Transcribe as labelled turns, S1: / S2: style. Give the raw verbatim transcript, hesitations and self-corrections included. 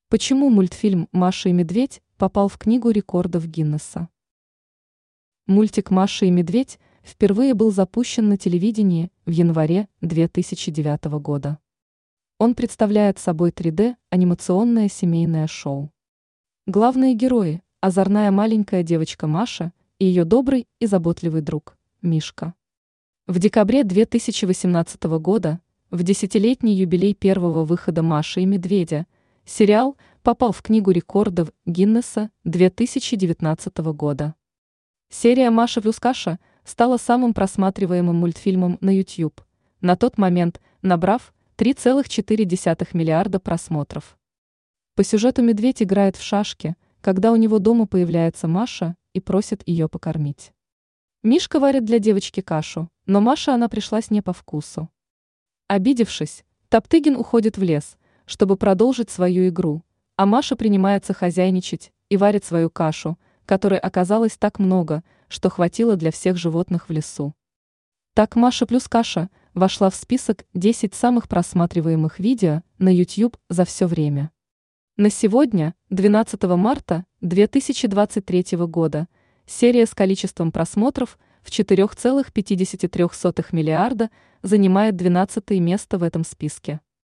S1: Почему мультфильм «Маша и медведь» попал в книгу рекордов Гиннесса? Мультик «Маша и медведь» впервые был запущен на телевидении в январе две тысячи девятого года. Он представляет собой три дэ-анимационное семейное шоу. Главные герои – озорная маленькая девочка Маша и ее добрый и заботливый друг – Мишка. В декабре две тысячи восемнадцатого года, в десятилетний юбилей первого выхода «Маши и медведя», сериал попал в книгу рекордов Гиннесса две тысячи девятнадцатого года. Серия «Маша плюс Каша» стала самым просматриваемым мультфильмом на YouTube, на тот момент набрав три целых четыре десятых миллиарда просмотров. По сюжету медведь играет в шашки, когда у него дома появляется Маша и просит ее покормить. Мишка варит для девочки кашу, но Маше она пришлась не по вкусу. Обидевшись, Топтыгин уходит в лес, чтобы продолжить свою игру, а Маша принимается хозяйничать и варит свою кашу, которой оказалось так много, что хватило для всех животных в лесу. Так «Маша плюс Каша» вошла в список десять самых просматриваемых видео на YouTube за все время. На сегодня, двенадцатого марта две тысячи двадцать третьего года, серия с количеством просмотров в четыре целых пятьдесят три сотых миллиарда занимает двенадцатое место в этом списке.